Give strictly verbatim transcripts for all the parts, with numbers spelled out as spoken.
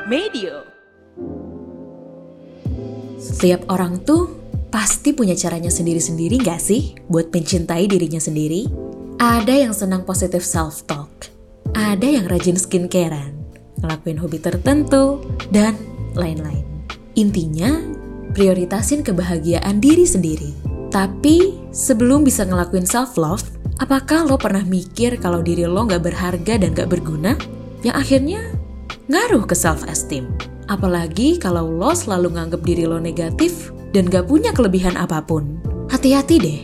Medio. Setiap orang tuh pasti punya caranya sendiri-sendiri gak sih buat mencintai dirinya sendiri? Ada yang senang positive self-talk, ada yang rajin skincarean, ngelakuin hobi tertentu, dan lain-lain. Intinya, prioritasin kebahagiaan diri sendiri. Tapi sebelum bisa ngelakuin self-love, apakah lo pernah mikir kalau diri lo gak berharga dan gak berguna? Yang akhirnya ngaruh ke self-esteem. Apalagi kalau lo selalu nganggap diri lo negatif dan gak punya kelebihan apapun. Hati-hati deh,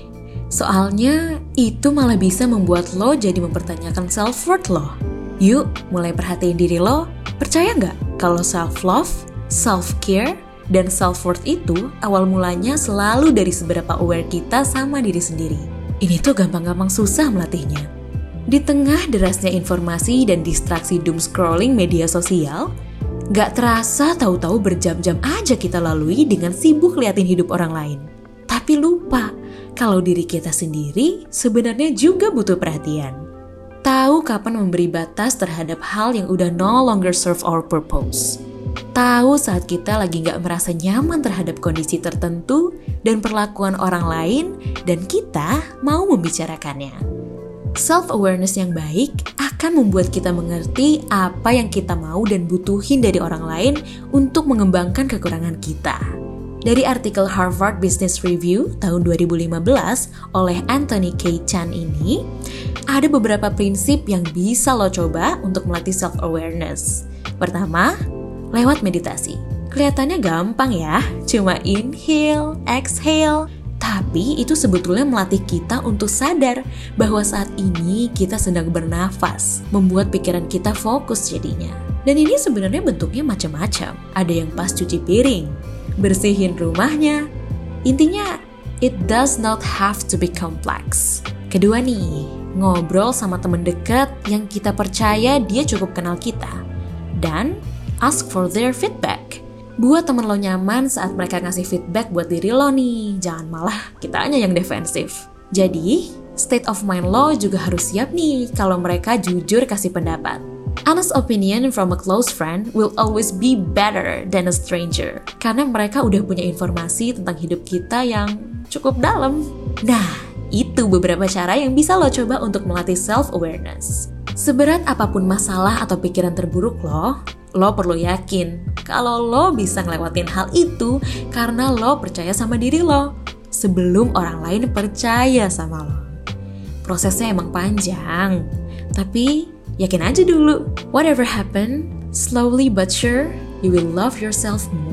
soalnya itu malah bisa membuat lo jadi mempertanyakan self-worth lo. Yuk, mulai perhatiin diri lo. Percaya gak kalau self-love, self-care, dan self-worth itu awal mulanya selalu dari seberapa aware kita sama diri sendiri. Ini tuh gampang-gampang susah melatihnya. Di tengah derasnya informasi dan distraksi doom scrolling media sosial, gak terasa tahu-tahu berjam-jam aja kita lalui dengan sibuk liatin hidup orang lain. Tapi lupa kalau diri kita sendiri sebenarnya juga butuh perhatian. Tahu kapan memberi batas terhadap hal yang udah no longer serve our purpose. Tahu saat kita lagi gak merasa nyaman terhadap kondisi tertentu dan perlakuan orang lain dan kita mau membicarakannya. Self-awareness yang baik akan membuat kita mengerti apa yang kita mau dan butuhin dari orang lain untuk mengembangkan kekurangan kita. Dari artikel Harvard Business Review tahun dua ribu lima belas oleh Anthony K. Chan ini, ada beberapa prinsip yang bisa lo coba untuk melatih self-awareness. Pertama, lewat meditasi. Kelihatannya gampang ya, cuma inhale, exhale. Tapi itu sebetulnya melatih kita untuk sadar bahwa saat ini kita sedang bernafas, membuat pikiran kita fokus jadinya. Dan ini sebenarnya bentuknya macam-macam. Ada yang pas cuci piring, bersihin rumahnya. Intinya, it does not have to be complex. Kedua nih, ngobrol sama teman dekat yang kita percaya dia cukup kenal kita. Dan ask for their feedback. Buat temen lo nyaman saat mereka ngasih feedback buat diri lo nih, jangan malah kitanya yang defensif. Jadi, state of mind lo juga harus siap nih kalau mereka jujur kasih pendapat. Honest opinion from a close friend will always be better than a stranger. Karena mereka udah punya informasi tentang hidup kita yang cukup dalam. Nah, itu beberapa cara yang bisa lo coba untuk melatih self-awareness. Seberat apapun masalah atau pikiran terburuk lo, lo perlu yakin kalau lo bisa ngelewatin hal itu karena lo percaya sama diri lo sebelum orang lain percaya sama lo. Prosesnya emang panjang, tapi yakin aja dulu. Whatever happen, slowly but sure, you will love yourself more.